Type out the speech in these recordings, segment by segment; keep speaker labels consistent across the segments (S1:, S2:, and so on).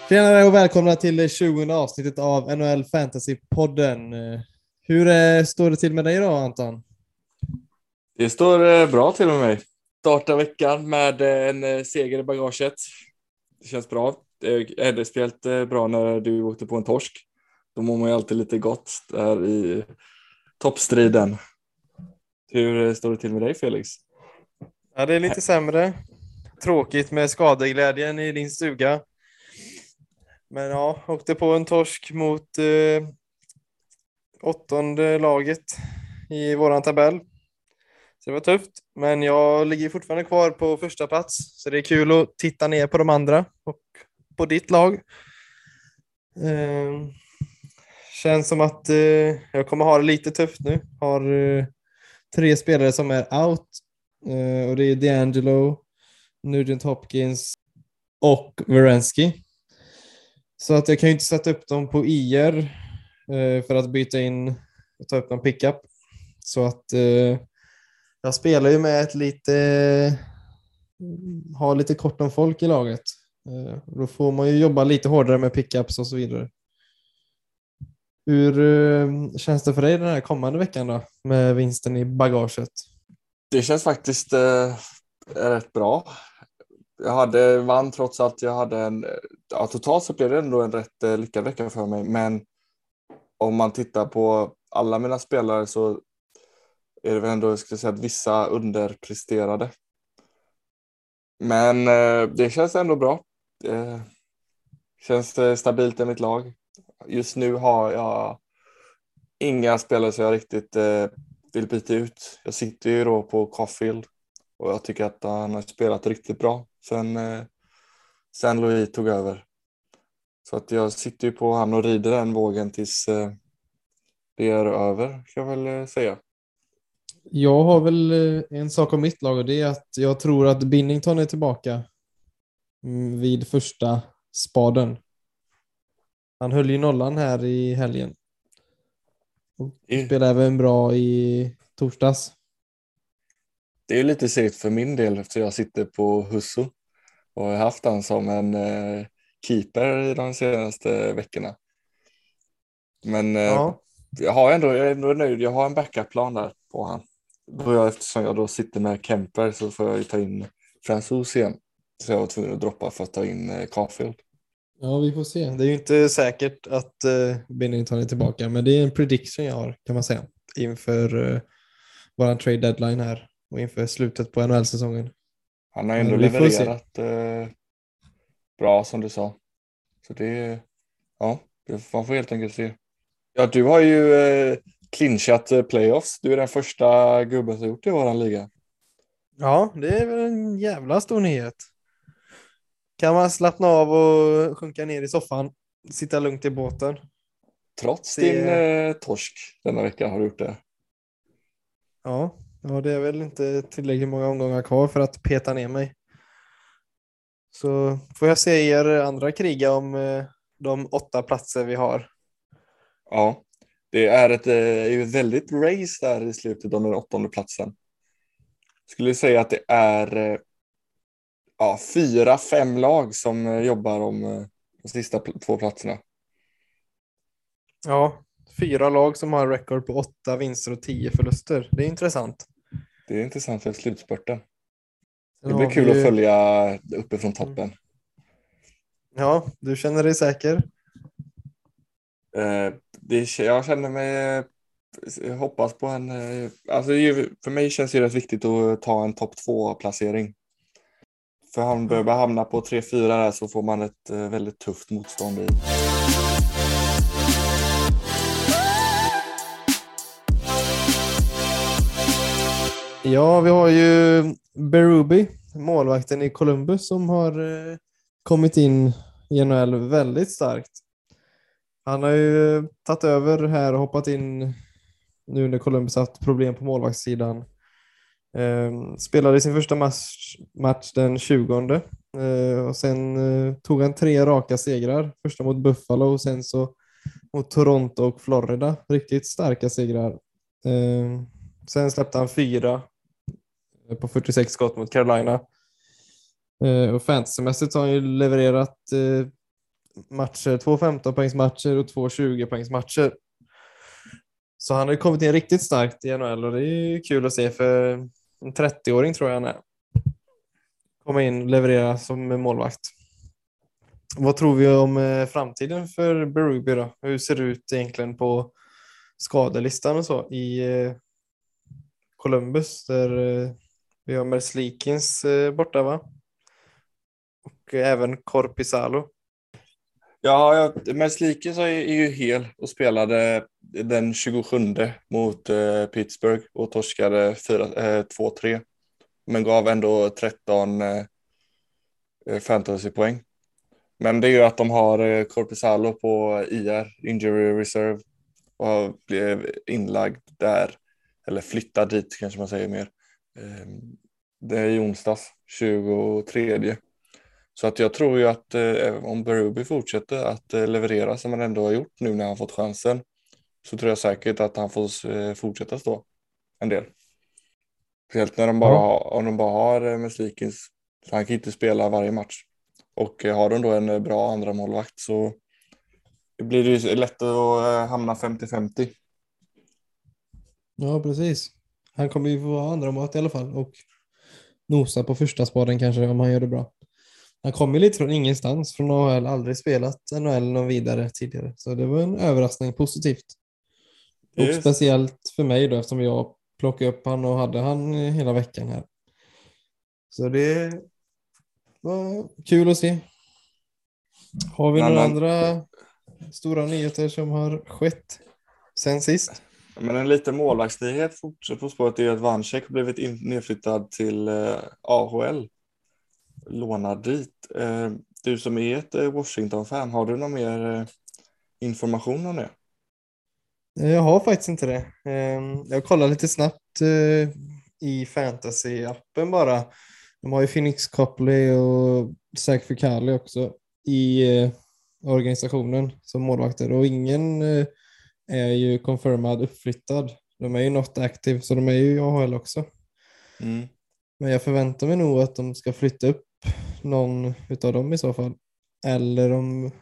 S1: Tjenare och välkomna till det 20:e avsnittet av NHL Fantasy-podden. Hur står det till med dig då, Anton?
S2: Det står bra till med mig. Starta veckan med en seger i bagaget. Det känns bra. Det hade spelat bra när du åkte på en torsk. Då mår man ju alltid lite gott där i toppstriden. Hur står det till med dig, Felix?
S1: Ja, det är lite sämre. Tråkigt med skadeglädjen i din stuga. Men ja, åkte på en torsk mot 8:e laget i våran tabell. Så det var tufft, men jag ligger fortfarande kvar på första plats. Så det är kul att titta ner på de andra och på ditt lag. Känns som att jag kommer ha det lite tufft nu. Har 3 spelare som är out. Och det är DeAngelo, Nugent Hopkins och Werenski. Så att jag kan ju inte sätta upp dem på IR för att byta in och ta upp någon pickup. Så att jag spelar ju med ett har lite kort om folk i laget. Då får man ju jobba lite hårdare med pickups och så vidare. Hur känns det för dig den här kommande veckan då, med vinsten i bagaget?
S2: Det känns faktiskt rätt bra. Jag vann trots att jag hade totalt så blev det ändå en rätt lyckad vecka för mig. Men om man tittar på alla mina spelare så är det väl ändå, jag skulle säga, att vissa underpresterade. Men det känns ändå bra. Det känns stabilt i mitt lag. Just nu har jag inga spelare som jag riktigt vill byta ut. Jag sitter ju då på Caulfield och jag tycker att han har spelat riktigt bra sen Louis tog över. Så att jag sitter ju på han och rider den vågen tills det är över, kan jag väl säga.
S1: Jag har väl en sak om mitt lag, och det är att jag tror att Binnington är tillbaka vid första spaden. Han höll ju nollan här i helgen. Och spelade även bra i torsdags.
S2: Det är ju lite segt för min del eftersom jag sitter på Husso och har haft han som en keeper i de senaste veckorna. Men jag är ändå nöjd. Jag har en backup-plan där på han. Eftersom jag då sitter med Kemper så får jag ju ta in Fransos igen. Så jag var tvungen att droppa för att ta in Caulfield.
S1: Ja, vi får se. Det är ju inte säkert att Binnington är tillbaka, men det är en prediction jag har, kan man säga, inför våran trade deadline här och inför slutet på NHL-säsongen.
S2: Han har ändå levererat bra, som du sa. Så man får helt enkelt se. Ja, du har ju clinchat playoffs. Du är den första gubben som gjort det i våran liga.
S1: Ja, det är väl en jävla stor nyhet. Kan man slappna av och sjunka ner i soffan, sitta lugnt i båten.
S2: Trots din torsk denna vecka har du gjort det.
S1: Ja, det är väl inte tillräckligt många omgångar kvar för att peta ner mig. Så får jag se er andra kriga om de 8 platser vi har.
S2: Ja, det är ett väldigt race där i slutet om den 8:e platsen. Skulle säga att det är 4-5 lag som jobbar om de sista 2 platserna.
S1: Ja, 4 lag som har rekord på 8 vinster och 10 förluster. Det är intressant.
S2: Det är intressant för slutspurten.
S1: Sen
S2: det blir kul att följa uppifrån toppen.
S1: Ja, du känner dig säker?
S2: Jag känner mig, jag hoppas på en, alltså för mig känns det rätt viktigt att ta en topp 2-placering. För han behöver hamna på 3-4 där så får man ett väldigt tufft motstånd i.
S1: Ja, vi har ju Berube, målvakten i Columbus, som har kommit in i NHL väldigt starkt. Han har ju tagit över här och hoppat in nu när Columbus haft problem på målvaktssidan. Spelade sin första match den 20:e. Och sen tog han 3 raka segrar. Första mot Buffalo och sen så mot Toronto och Florida. Riktigt starka segrar. Sen släppte han 4 på 46 skott mot Carolina. Och fantasymässigt har han ju levererat matcher, 2 15-poängsmatcher och 2 20-poängsmatcher. Så han har ju kommit in riktigt starkt i NHL och det är ju kul att se för en 30-åring tror jag han är. Komma in och leverera som målvakt. Vad tror vi om framtiden för Berube då? Hur ser det ut egentligen på skadelistan och så i Columbus där vi har Merzlikins borta va? Och även Korpisalo.
S2: Ja, Merzlikins är ju hel och spelade den 27 mot Pittsburgh och torskade 2-3. Men gav ändå 13 fantasypoäng. Men det är ju att de har Korpisalo på IR, Injury Reserve, och blev inlagd där, eller flyttad dit kanske man säger mer. Det är i onsdags, 23. Så att jag tror ju att om Berube fortsätter att leverera som han ändå har gjort nu när han fått chansen, så tror jag säkert att han får fortsätta stå en del. Speciellt när om de bara har Merzlikins, så han kan inte spela varje match. Och har de då en bra andra målvakt så blir det ju lätt att hamna 50-50.
S1: Ja, precis. Han kommer ju få vara andra mål i alla fall och nosa på första spaden kanske om han gör det bra. Han kommer lite från ingenstans, från AHL, aldrig spelat NHL någon vidare tidigare. Så det var en överraskning, positivt. Och speciellt för mig då, eftersom jag plockade upp han och hade han hela veckan här. Så det var kul att se. Har vi några andra stora nyheter som har skett sen sist?
S2: Men en liten målvaktsnyhet fortsätter på spåret är att Vanchek har blivit nedflyttad till AHL. Lånad dit. Du som är ett Washington-fan, har du någon mer information om det?
S1: Jag har faktiskt inte det. Jag kollar lite snabbt i fantasy-appen bara. De har ju Phoenix Copley och Zach Fucale också i organisationen som målvakter och ingen är ju confirmad uppflyttad. De är ju not active så de är ju i AHL också.
S2: Mm.
S1: Men jag förväntar mig nog att de ska flytta upp någon utav dem i så fall. Eller om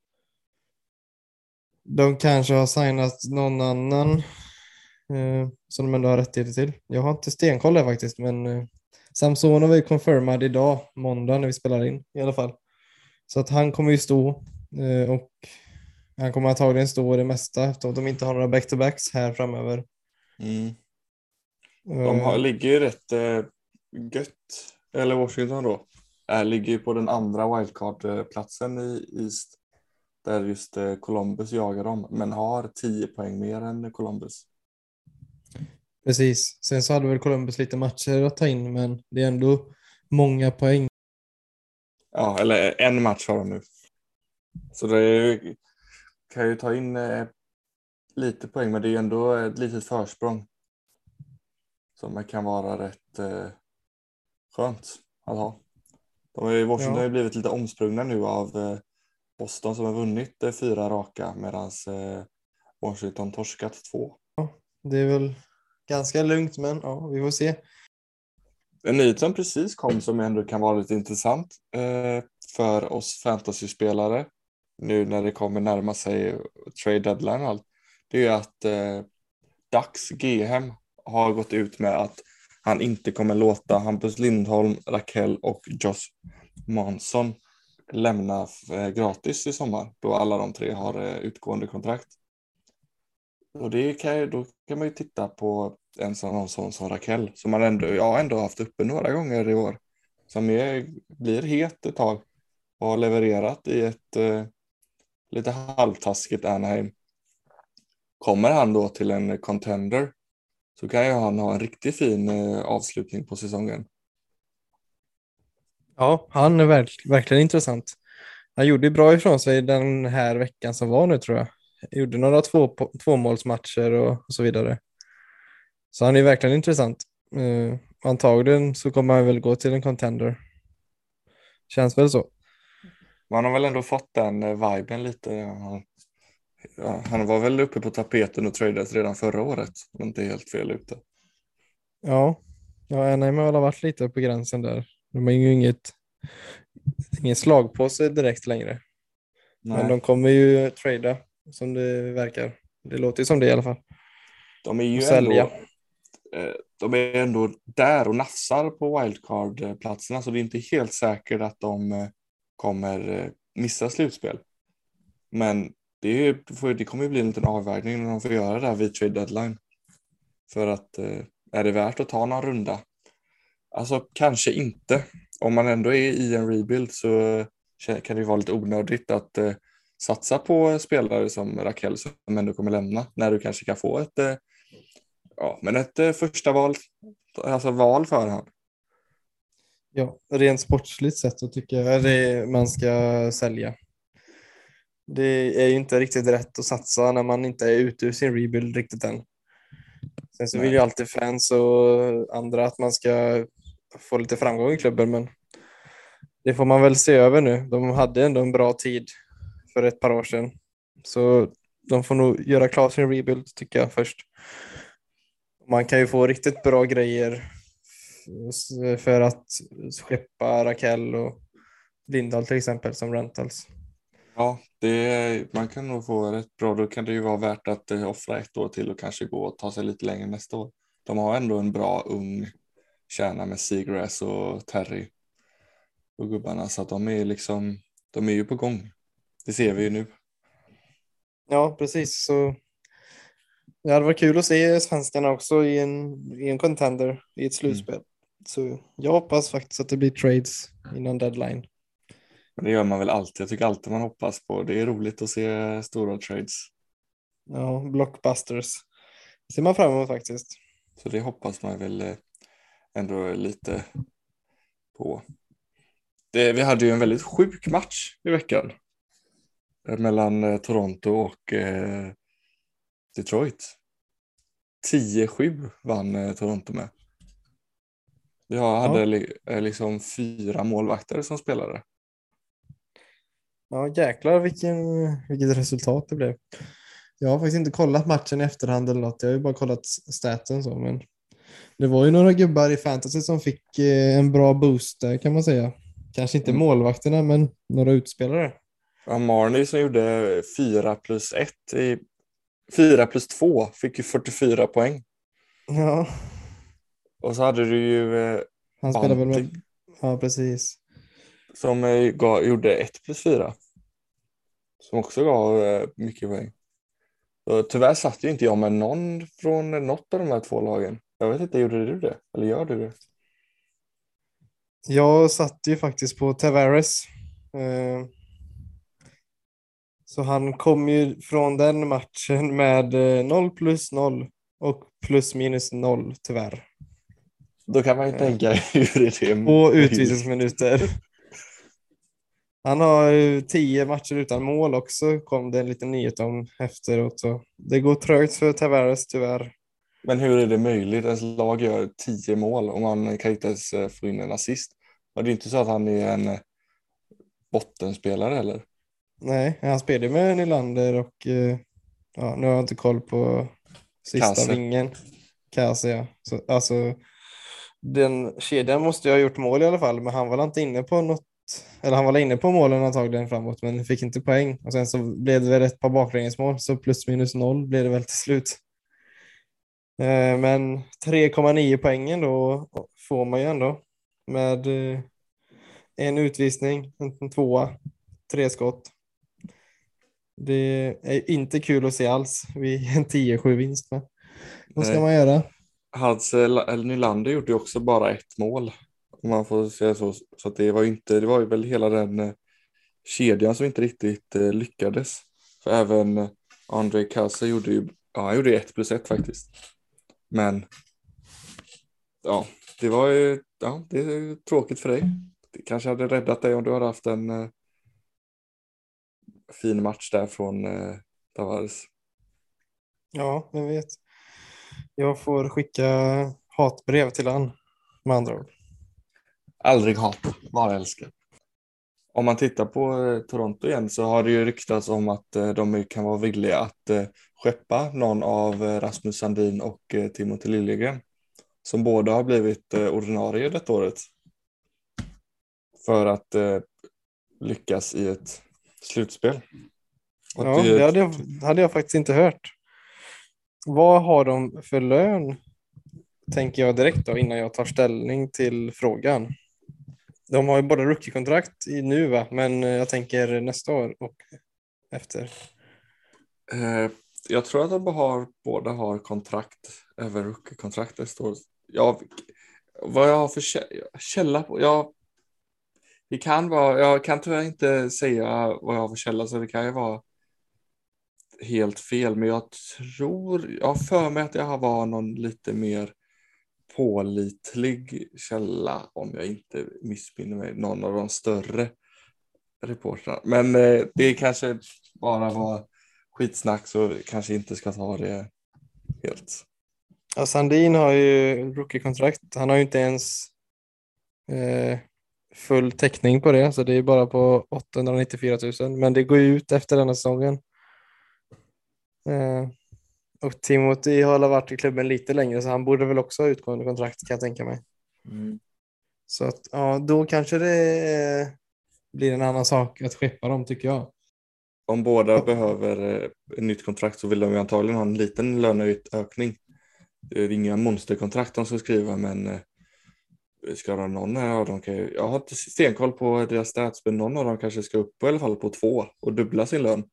S1: de kanske har signat någon annan som de ändå har rättigheter till. Jag har inte stenkoll där faktiskt, men Samsonov är ju confirmad idag, måndag när vi spelar in i alla fall. Så att han kommer ju stå och han kommer antagligen stå det mesta eftersom de inte har några back-to-backs här framöver.
S2: Mm. De ligger ju rätt gött, eller Washington då. Ligger ju på den andra wildcard-platsen i East. Där just Columbus jagar dem, men har 10 poäng mer än Columbus.
S1: Precis. Sen så hade väl Columbus lite matcher att ta in, men det är ändå många poäng.
S2: Ja, eller en match har de nu. Så det kan ju ta in lite poäng, men det är ändå ett litet försprång. Som kan vara rätt skönt att ha. Washington har ju blivit lite omsprungna nu av Boston som har vunnit 4 raka medan Washington torskat 2.
S1: Ja, det är väl ganska lugnt, men ja, vi får se.
S2: En nyhet som precis kom som ändå kan vara lite intressant för oss fantasyspelare nu när det kommer närma sig trade deadline och allt. Det är att Dax GM har gått ut med att han inte kommer låta Hampus Lindholm, Rakell och Josh Manson lämna gratis i sommar då alla de 3 har utgående kontrakt. Och då kan man ju titta på en sån som Rakell som man ändå haft uppe några gånger i år. Som blir het ett tag och har levererat i ett lite halvtaskigt Anaheim. Kommer han då till en contender så kan ju han ha en riktigt fin avslutning på säsongen.
S1: Ja, han är verkligen intressant. Han gjorde bra ifrån sig den här veckan som var nu tror jag. Gjorde några tvåmålsmatcher och så vidare. Så han är verkligen intressant. Antagligen så kommer han väl gå till en contender. Känns väl så.
S2: Man har väl ändå fått den viben lite. Han var väl uppe på tapeten och tradades redan förra året. Men inte helt fel ute.
S1: Ja, Anaheim har varit lite på gränsen där. De har ju ingen slag på sig direkt längre. Men
S2: Nej,
S1: de kommer ju trada som det verkar. Det låter ju som det i alla fall.
S2: de är
S1: Och
S2: ju
S1: sälja.
S2: de är ändå där och nafsar på wildcard-platserna, så det är inte helt säkert att de kommer missa slutspel. Men det kommer ju bli en liten avvägning när de får göra det här vid trade deadline. För att är det värt att ta någon runda? Alltså kanske inte. Om man ändå är i en rebuild så kan det ju vara lite onödigt att satsa på spelare som Rakell som ändå kommer lämna, när du kanske kan få ett första val, alltså val för han.
S1: Ja, rent sportsligt sett så tycker jag det man ska sälja. Det är ju inte riktigt rätt att satsa när man inte är ute ur sin rebuild riktigt än. Sen så vill ju
S2: Nej.
S1: alltid fans och andra att man ska få lite framgång i klubben, men det får man väl se över nu. De hade ändå en bra tid för ett par år sedan. Så de får nog göra klart sin rebuild tycker jag först. Man kan ju få riktigt bra grejer för att skeppa Rakell och Lindahl till exempel som rentals.
S2: Ja, man kan nog få rätt bra. Då kan det ju vara värt att offra ett år till och kanske gå och ta sig lite längre nästa år. De har ändå en bra ung kärna med Seagrass och Terry och gubbarna, så att de är ju på gång. Det ser vi ju nu.
S1: Ja, precis. Så det hade varit kul att se svenskarna också i en contender i ett slutspel. Så jag hoppas faktiskt att det blir trades innan deadline.
S2: Men det gör man väl alltid. Jag tycker alltid man hoppas på. Det är roligt att se stora trades.
S1: Ja, blockbusters. Det ser man fram emot faktiskt.
S2: Så det hoppas man väl ändå lite på. Vi hade ju en väldigt sjuk match i veckan mellan Toronto och Detroit. 10-7 vann Toronto med. Vi hade liksom 4 målvakter som spelade.
S1: Ja, jäklar vilket resultat det blev. Jag har faktiskt inte kollat matchen i efterhand eller något. Jag har ju bara kollat staten så, men det var ju några gubbar i fantasy som fick en bra boost där kan man säga. Kanske inte målvakterna, men några utspelare.
S2: Ja, Marnie som gjorde 4+2 fick ju 44 poäng.
S1: Ja,
S2: Och så hade du ju
S1: han spelar väl med... Ja, precis.
S2: som gjorde 1+4. Som också gav mycket poäng. Så tyvärr satt ju inte jag med någon från något av de här 2 lagen. Jag vet inte, gjorde du det? Eller gör du det?
S1: Jag satt ju faktiskt på Tavares. Så han kom ju från den matchen med 0+0 och +-0 tyvärr.
S2: Då kan man ju tänka hur är det
S1: På
S2: möjligt?
S1: utvisningsminuter. Han har ju 10 matcher utan mål också, kom det en liten nyhet om efteråt. Så det går trögt för Tavares tyvärr.
S2: Men hur är det möjligt? Ens lag gör 10 mål och man kan inte ens få in en assist. Och det är inte så att han är en bottenspelare heller.
S1: Nej, han spelade med Nylander och ja, nu har jag inte koll på sista
S2: Kase.
S1: vingen. Kase, ja. Så, alltså, den kedjan måste ju ha gjort mål i alla fall, men han var inte inne på något. Eller han var inne på målen antagligen framåt, men fick inte poäng. Och sen så blev det väl ett par baklängesmål, så +-0 blev det väl till slut. Men 3,9 poängen då får man ju ändå med en utvisning, en tvåa, 3 skott. Det är inte kul att se alls vid en 10-7 vinst. Men vad ska
S2: Nej.
S1: man göra?
S2: Nylander gjorde ju också bara 1 mål. Om man får säga så. Så att det var ju väl hela den kedjan som inte riktigt lyckades. För även Andrei Kase gjorde han gjorde 1+1 faktiskt. Men ja, det är tråkigt för dig. Det kanske hade räddat dig om du hade haft en fin match där från Tavares.
S1: Ja, jag vet. Jag får skicka hatbrev till han med andra ord.
S2: Aldrig hata, bara älska. Om man tittar på Toronto igen så har det ju ryktats om att de kan vara villiga att skeppa någon av Rasmus Sandin och Timothy Liljegren. Som båda har blivit ordinarie detta året. För att lyckas i ett slutspel. Och
S1: Ja, det hade jag faktiskt inte hört. Vad har de för lön? Tänker jag direkt då innan jag tar ställning till frågan. De har ju bara rookie-kontrakt nu va? Men jag tänker nästa år och efter.
S2: Jag tror att de båda har kontrakt, även rookie-kontrakt. Det står, vad jag har för källa på. Jag kan tyvärr inte säga vad jag har för källa, så det kan ju vara helt fel. Men jag har för mig att jag var någon lite mer pålitlig källa, om jag inte missminner mig, någon av de större reportrarna. Men det kanske bara var skitsnack, så kanske inte ska ta det helt.
S1: Ja, Sandin har ju rookie-kontrakt. Han har ju inte ens full täckning på det, så det är bara på 894 000. Men det går ju ut efter denna säsongen. Och Timothy har varit i klubben lite längre, så han borde väl också ha utgående kontrakt, kan jag tänka mig. Så att, ja, då kanske det blir en annan sak att skeppa dem, tycker jag.
S2: Om båda behöver ett nytt kontrakt, så vill de ju antagligen ha en liten löneökning. Det är inga monsterkontrakt de ska skriva, men ska de någon av dem jag har inte stenkoll på deras stats, men någon av dem kanske ska upp på, i alla fall på 2 och dubbla sin lön.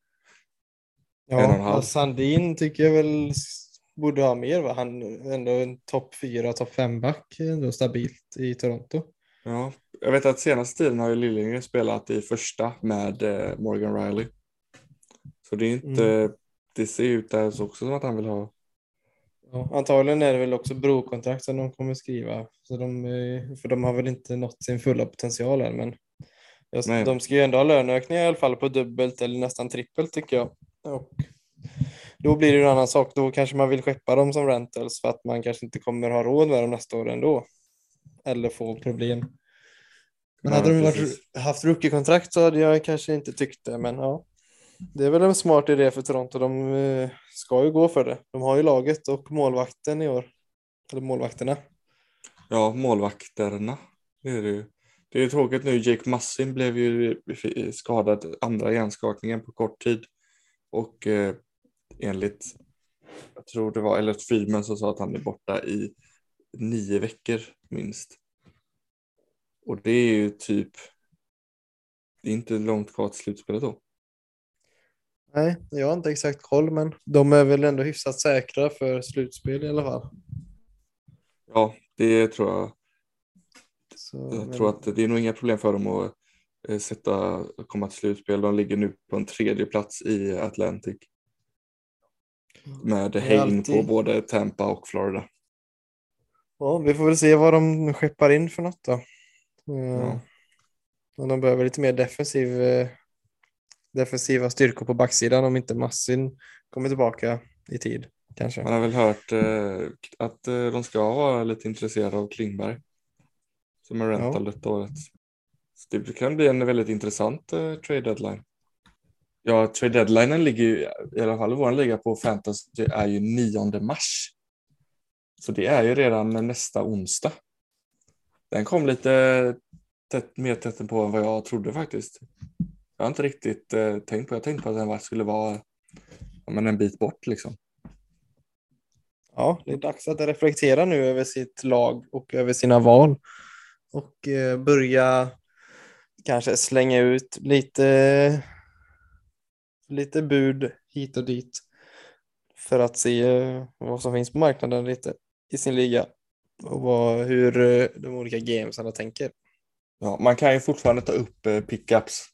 S1: Ja, Sandin tycker jag väl borde ha mer, va? Han är ändå en topp 4, topp 5 back ändå stabilt i Toronto.
S2: Ja, jag vet att senaste tiden har ju Lillinger spelat i första med Morgan Riley. Så det är inte, det ser ut där också som att han vill ha.
S1: Ja, antagligen är det väl också brokontrakt som de kommer skriva. Så för de har väl inte nått sin fulla potential än, men de ska ju ändå ha löneökningar i alla fall på dubbelt eller nästan trippelt, tycker jag. Och då blir det en annan sak. Då kanske man vill skeppa dem som rentals för att man kanske inte kommer ha råd med dem nästa år ändå. Eller få problem. Men hade de haft rookie-kontrakt så hade jag kanske inte tyckt det. Men ja, det är väl en smart idé för Toronto. De ska ju gå för det. De har ju laget och målvakten i år. Eller målvakterna.
S2: Ja, målvakterna. Det är det ju. Det är tråkigt nu. Jake Massin blev ju skadad andra hjärnskakningen på kort tid. Och enligt, jag tror det var Elliot Friedman som sa att han är borta i 9 veckor minst. Och det är ju typ, det är inte långt kvar till slutspelet då.
S1: Nej, jag har inte exakt koll, men de är väl ändå hyfsat säkra för slutspel i alla fall.
S2: Ja, det tror jag.
S1: Jag
S2: tror att det är nog inga problem för dem att komma till slutspel. De ligger nu på en 3:e plats i Atlantic. Med häng på både Tampa och Florida.
S1: Ja, vi får väl se vad de skeppar in för något då.
S2: Ja.
S1: Och de behöver lite mer defensiva styrkor på backsidan om inte Massin kommer tillbaka i tid, kanske.
S2: Man har väl hört att de ska vara lite intresserade av Klingberg som är rental detta året. Så det kan bli en väldigt intressant trade deadline. Ja, trade deadlinen ligger ju, i alla fall i vår liga på Fantasy, är ju 9 mars. Så det är ju redan nästa onsdag. Den kom lite mer tätt på än vad jag trodde faktiskt. Jag har inte riktigt tänkt på. Jag tänkte på att den skulle vara en bit bort liksom.
S1: Ja, det är dags att reflektera nu över sitt lag och över sina val. Och börja kanske slänga ut lite bud hit och dit. För att se vad som finns på marknaden lite i sin liga. Och hur de olika gamesarna tänker.
S2: Ja, man kan ju fortfarande ta upp pickups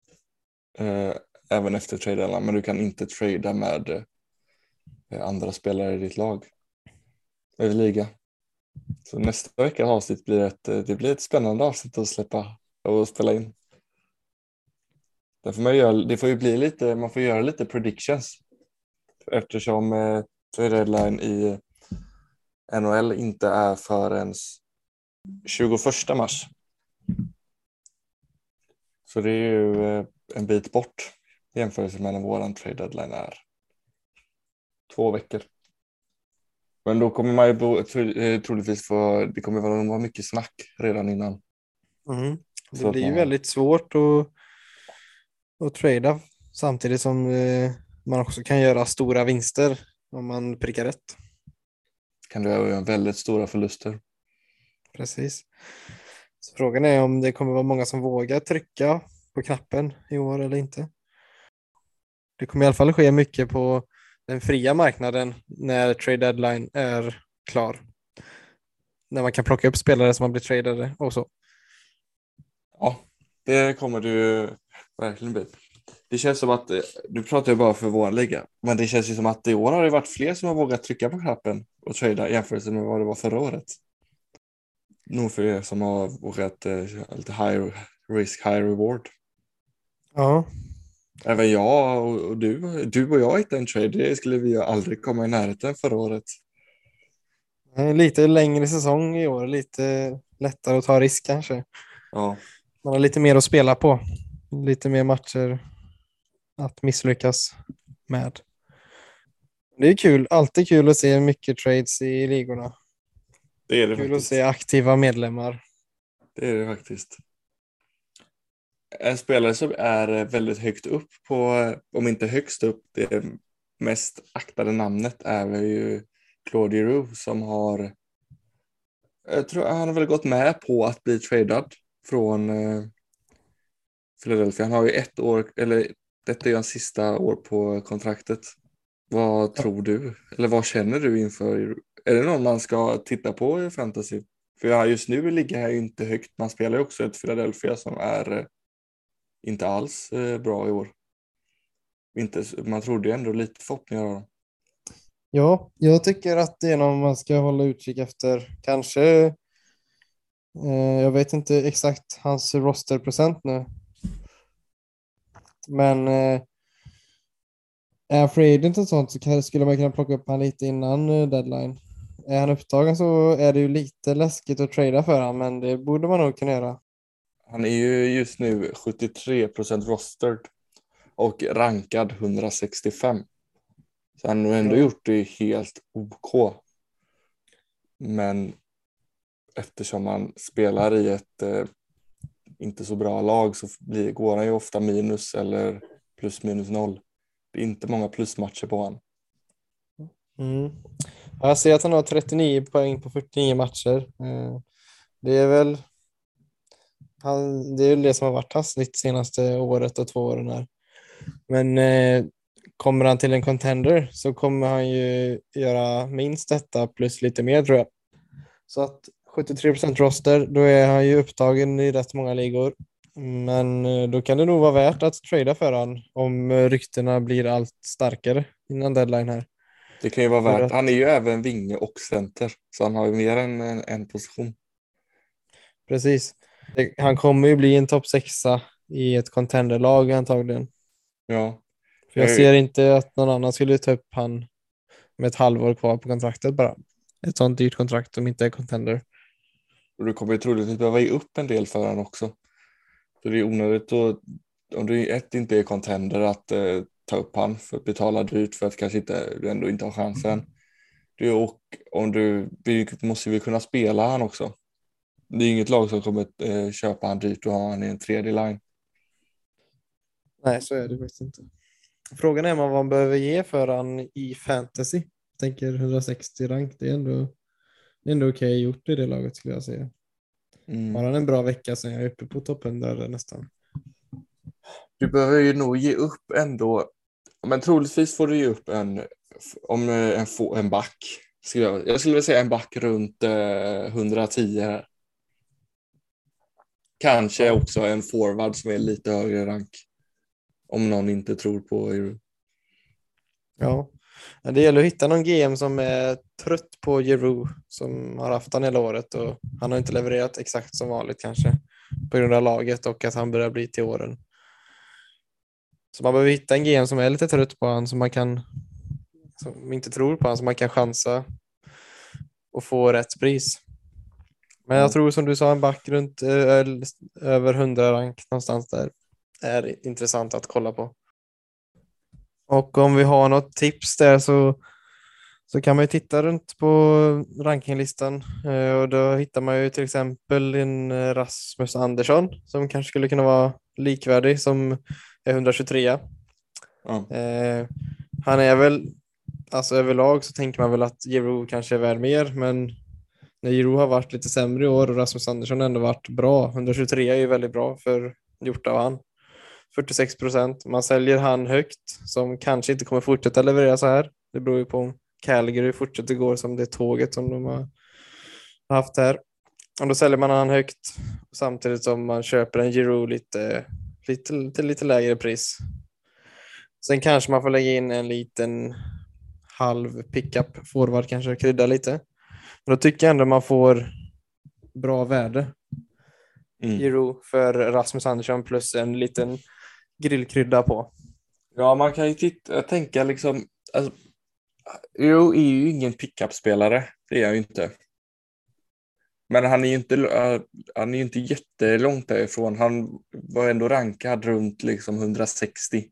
S2: även efter traderna, men du kan inte trada med andra spelare i ditt lag eller liga. Så nästa veckas avsnitt blir ett spännande avsnitt att släppa och spela in. Man får göra lite predictions eftersom trade deadline i NHL inte är förrän 21 mars. Så det är ju en bit bort jämfört med när våran trade deadline är 2 veckor. Men då kommer man ju troligtvis det kommer vara mycket snack redan innan.
S1: Det blir ju väldigt svårt att trada samtidigt som man också kan göra stora vinster om man prickar rätt.
S2: Kan du göra väldigt stora förluster.
S1: Precis. Så frågan är om det kommer vara många som vågar trycka på knappen i år eller inte. Det kommer i alla fall ske mycket på den fria marknaden när trade deadline är klar. När man kan plocka upp spelare som har blivit tradade och så.
S2: Ja, det kommer du verkligen bli. Det känns som att, du pratar ju bara för vår liga, men det känns ju som att i år har det varit fler som har vågat trycka på knappen och trada jämfört med vad det var förra året. Nog för er som har vågat lite high risk, high reward.
S1: Ja.
S2: Även jag och du och jag hittade en trade, det skulle vi ju aldrig komma i närheten förra året.
S1: Lite längre säsong i år, lite lättare att ta risk kanske.
S2: Ja,
S1: Man har lite mer att spela på. Lite mer matcher att misslyckas med. Det är kul, alltid kul att se mycket trades i ligorna.
S2: det är det
S1: Kul
S2: faktiskt.
S1: att se aktiva medlemmar.
S2: Det är det faktiskt. En spelare som är väldigt högt upp på, om inte högst upp, det mest aktade namnet är ju Claude Giroux som har, jag tror han har väl gått med på att bli tradad från Philadelphia. Han har ju 1 år, eller detta är hans sista år på kontraktet. Vad tror du? Eller vad känner du inför? Är det någon man ska titta på i fantasy? För just nu ligger han ju inte högt. Man spelar ju också ett Philadelphia som är inte alls bra i år. Inte, man trodde ju ändå lite förhoppningar av dem.
S1: Ja, jag tycker att det är någon man ska hålla utkik efter. Kanske, jag vet inte exakt hans rosterprocent nu. Men är han free agent och sånt så skulle man kunna plocka upp han lite innan deadline. Är han upptagen så är det ju lite läskigt att trada för han, men det borde man nog kunna göra.
S2: Han är ju just nu 73% rostered och rankad 165. Så han har ändå gjort det helt OK. Men eftersom han spelar i ett inte så bra lag så går han ju ofta minus eller plus minus 0. Det är inte många plusmatcher på han.
S1: Jag ser att han har 39 poäng på 49 matcher. Det är väl det är det som har varit hans snitt senaste året och 2 åren här. Men kommer han till en contender så kommer han ju göra minst detta plus lite mer tror jag. Så att 73% roster, då är han ju upptagen i rätt många ligor. Men då kan det nog vara värt att trada för han om ryktena blir allt starkare innan deadline här.
S2: Det kan ju vara värt. Han är ju även vinge och center. Så han har ju mer än en position.
S1: Precis. Han kommer ju bli en topp 6 i ett contenderlag antagligen.
S2: Ja.
S1: För jag ser inte att någon annan skulle ta upp han med ett halvår kvar på kontraktet bara. Ett sånt dyrt kontrakt som inte är contender.
S2: Och du kommer ju troligtvis behöva ge upp en del för han också. Så det är onödigt att, om du inte är contender, att ta upp han för att betala dyrt för att kanske du ändå inte har chansen. Och om du måste vi kunna spela han också. Det är inget lag som kommer köpa han dyrt och ha han i en tredje line.
S1: Nej, så är det faktiskt inte. Frågan är vad man behöver ge för han i fantasy. Jag tänker 160 rank, det är ändå okej gjort i det laget skulle jag säga. Har han en bra vecka så är jag uppe på topp 100 nästan.
S2: Du behöver ju nog ge upp ändå, men troligtvis får du ge upp en back. Jag skulle vilja säga en back runt 110 här. Kanske också en forward som är lite högre rank. Om någon inte tror på Giroux.
S1: Ja, det gäller att hitta någon GM som är trött på Giroux som har haft han hela året och han har inte levererat exakt som vanligt kanske på grund av laget och att han börjar bli till åren. Så man behöver hitta en GM som är lite trött på han som inte tror på han som man kan chansa och få rätt pris. Men jag tror som du sa en back runt över 100 rank någonstans där är intressant att kolla på. Och om vi har något tips där så kan man ju titta runt på rankinglistan och då hittar man ju till exempel en Rasmus Andersson som kanske skulle kunna vara likvärdig som är 123.
S2: Ja.
S1: Han är väl, alltså överlag så tänker man väl att Giroud kanske är värd mer, men när Giroud har varit lite sämre i år och Rasmus Andersson ändå varit bra. 123 är ju väldigt bra för gjort av han. 46%. Man säljer han högt, som kanske inte kommer fortsätta leverera så här. Det beror ju på om Calgary fortsätter gå som det tåget som de har haft här. Och då säljer man han högt samtidigt som man köper en Giroud lite lägre pris. Sen kanske man får lägga in en liten halv pickup forward, kanske krydda lite. Men då tycker jag ändå man får bra värde. Giroud för Rasmus Andersson plus en liten grillkrydda på.
S2: Ja, man kan ju tänka liksom, alltså, Giroud är ju ingen pickup-spelare, det är han ju inte. Men han är ju inte jättelångt därifrån. Han var ändå rankad runt liksom 160.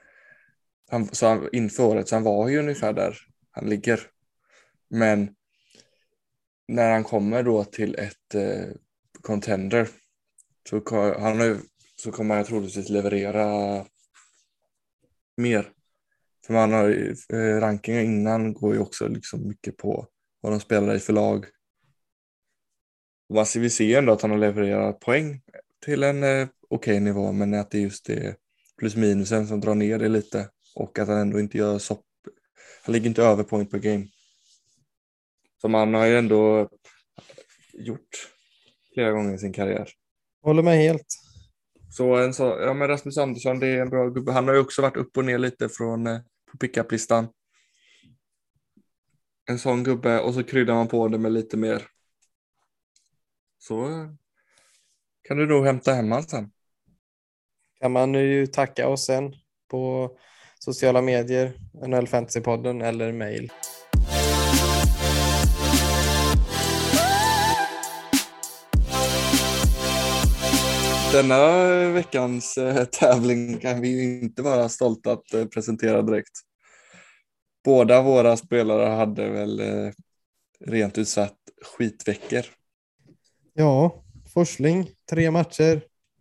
S2: Inför året, så han var ju ungefär där han ligger. Men när han kommer då till ett contender så kommer han troligtvis leverera mer. För man har rankingen innan går ju också liksom mycket på vad de spelar i för lag. Och man ser ändå att han har levererat poäng till en okej nivå, men att det är just det plus minusen som drar ner det lite och att han ändå inte gör han ligger inte över point per game. Som han har ju ändå gjort flera gånger i sin karriär.
S1: Håller med helt.
S2: Så men Rasmus Andersson, det är en bra gubbe. Han har ju också varit upp och ner lite på pickup-listan. En sån gubbe, och så kryddar man på det med lite mer. Så kan du nog hämta hem han sen.
S1: Kan man ju tacka oss sen på sociala medier, NHL Fantasy-podden eller mail.
S2: Denna veckans tävling kan vi ju inte vara stolta att presentera direkt. Båda våra spelare hade väl rent ut sagt skitveckor.
S1: Ja, Forsling, 3 matcher.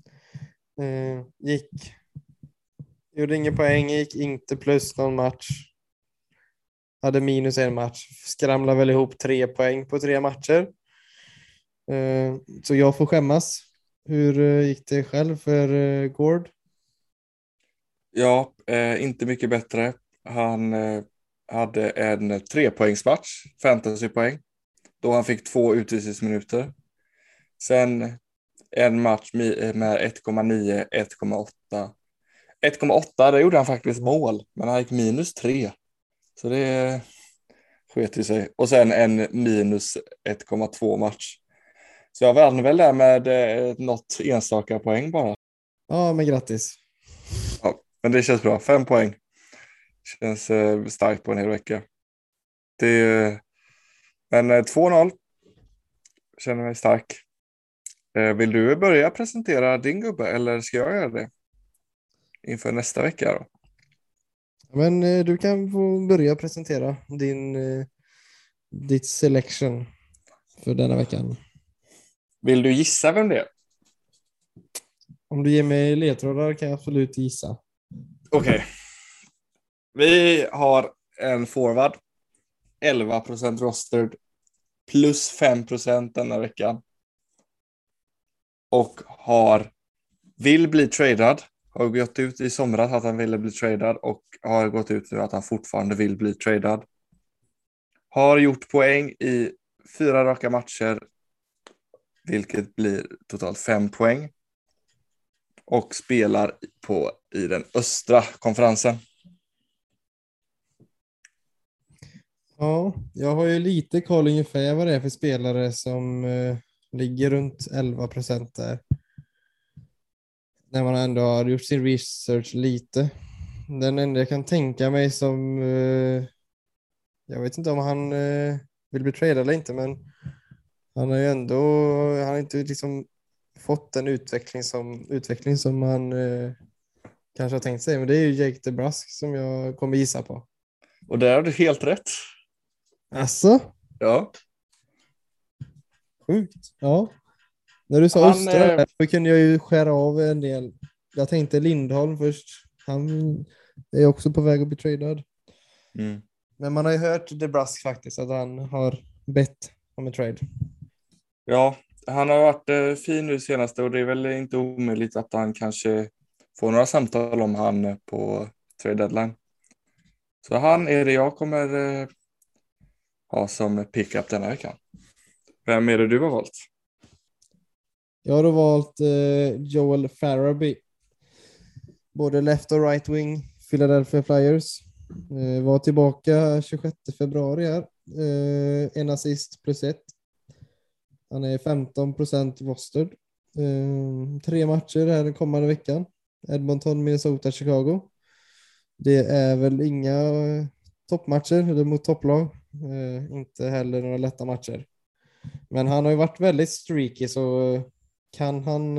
S1: Gjorde ingen poäng, gick inte plus någon match. Hade minus 1 match. Skramlade väl ihop 3 poäng på 3 matcher. Så jag får skämmas. Hur gick det själv för Gord?
S2: Ja, inte mycket bättre. Han hade en 3-poängsmatch, fantasypoäng, då han fick 2 utvisningsminuter. Sen en match med 1,9, 1,8. 1,8, där gjorde han faktiskt mål, men han gick minus 3. Så det sket i sig. Och sen en minus 1,2 match. Så jag vann väl där med något enstaka poäng bara.
S1: Ja, men grattis.
S2: Ja, men det känns bra. 5 poäng. Känns starkt på en hel vecka. Men 2-0. Känner mig stark. Vill du börja presentera din gubbe eller ska jag göra det? Inför nästa vecka då?
S1: Men du kan få börja presentera ditt selection för denna veckan.
S2: Vill du gissa vem det är?
S1: Om du ger mig ledtrådar kan jag absolut gissa.
S2: Okej. Vi har en forward. 11% rostered. Plus 5% denna veckan. Och vill bli tradad. Har gått ut i somras att han ville bli tradad och har gått ut nu att han fortfarande vill bli tradad. Har gjort poäng i 4 raka matcher, vilket blir totalt 5 poäng. Och spelar i den östra konferensen.
S1: Ja, jag har ju lite koll ungefär vad det är för spelare som ligger runt 11% där. När man ändå har gjort sin research lite. Den enda jag kan tänka mig som jag vet inte om han vill bli tradad eller inte, men han har inte liksom fått den utveckling som han kanske har tänkt sig, men det är ju Jake DeBrusk som jag kommer gissa på.
S2: Och där har du helt rätt.
S1: Alltså?
S2: Ja.
S1: Sjukt. Ja. När du sa östra där, så kunde jag ju skära av en del Jag tänkte Lindholm först. Han är också på väg att bli tradad.
S2: Mm.
S1: Men man har ju hört DeBrusk faktiskt att han har bett om en trade.
S2: Ja, han har varit fin nu senaste och det är väl inte omöjligt att han kanske får några samtal om han på trade deadline. Så han är det jag kommer ha som pickup denna veckan. Vem är det du har valt?
S1: Jag har då valt Joel Farabee. Både left och right wing Philadelphia Flyers. Var tillbaka 26 februari här. En assist +1. Han är 15% rostered. 3 matcher här den kommande veckan. Edmonton, Minnesota, Chicago. Det är väl inga toppmatcher eller mot topplag. Inte heller några lätta matcher. Men han har ju varit väldigt streaky, så kan han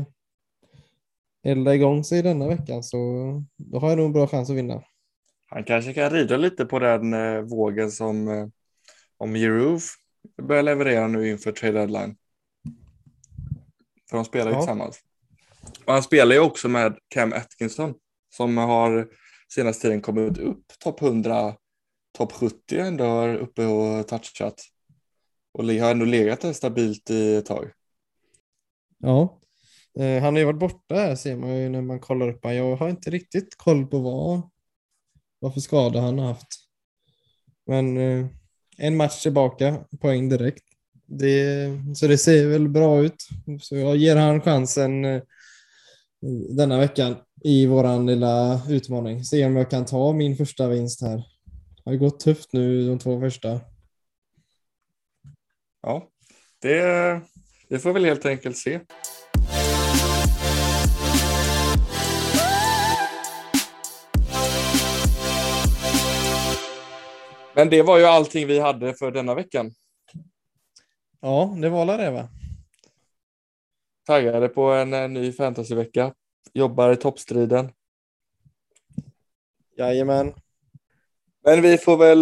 S1: elda igång sig denna veckan så då har jag nog en bra chans att vinna.
S2: Han kanske kan rida lite på den vågen som om Giroux börjar leverera nu inför trade deadline. För de spelar ju tillsammans. Och han spelar ju också med Cam Atkinson som har senaste tiden kommit upp topp 100, topp 70 ändå har uppe och touchat. Och har ändå legat där stabilt i ett tag.
S1: Ja, han har ju varit borta här ser man ju när man kollar upp. Jag har inte riktigt koll på vad för skada han har haft. Men en match tillbaka, poäng direkt. Så det ser väl bra ut. Så jag ger han chansen denna veckan i våran lilla utmaning. Se om jag kan ta min första vinst här. Det har gått tufft nu de 2 första.
S2: Ja, det får väl helt enkelt se. Men det var ju allting vi hade för denna veckan.
S1: Ja, det var alla det va?
S2: Taggade på en ny fantasyvecka. Jobbar i toppstriden.
S1: Jajamän.
S2: Men vi får väl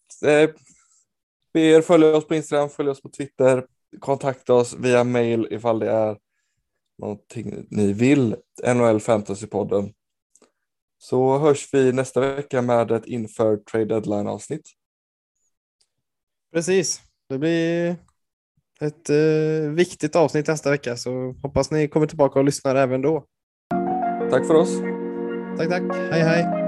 S2: be er följa oss på Instagram, följa oss på Twitter. Kontakta oss via mail ifall det är någonting ni vill. NHL Fantasypodden. Så hörs vi nästa vecka med ett inför trade deadline avsnitt.
S1: Precis. Det blir ett viktigt avsnitt nästa vecka, så hoppas ni kommer tillbaka och lyssnar även då.
S2: Tack för oss.
S1: Tack. Hej hej.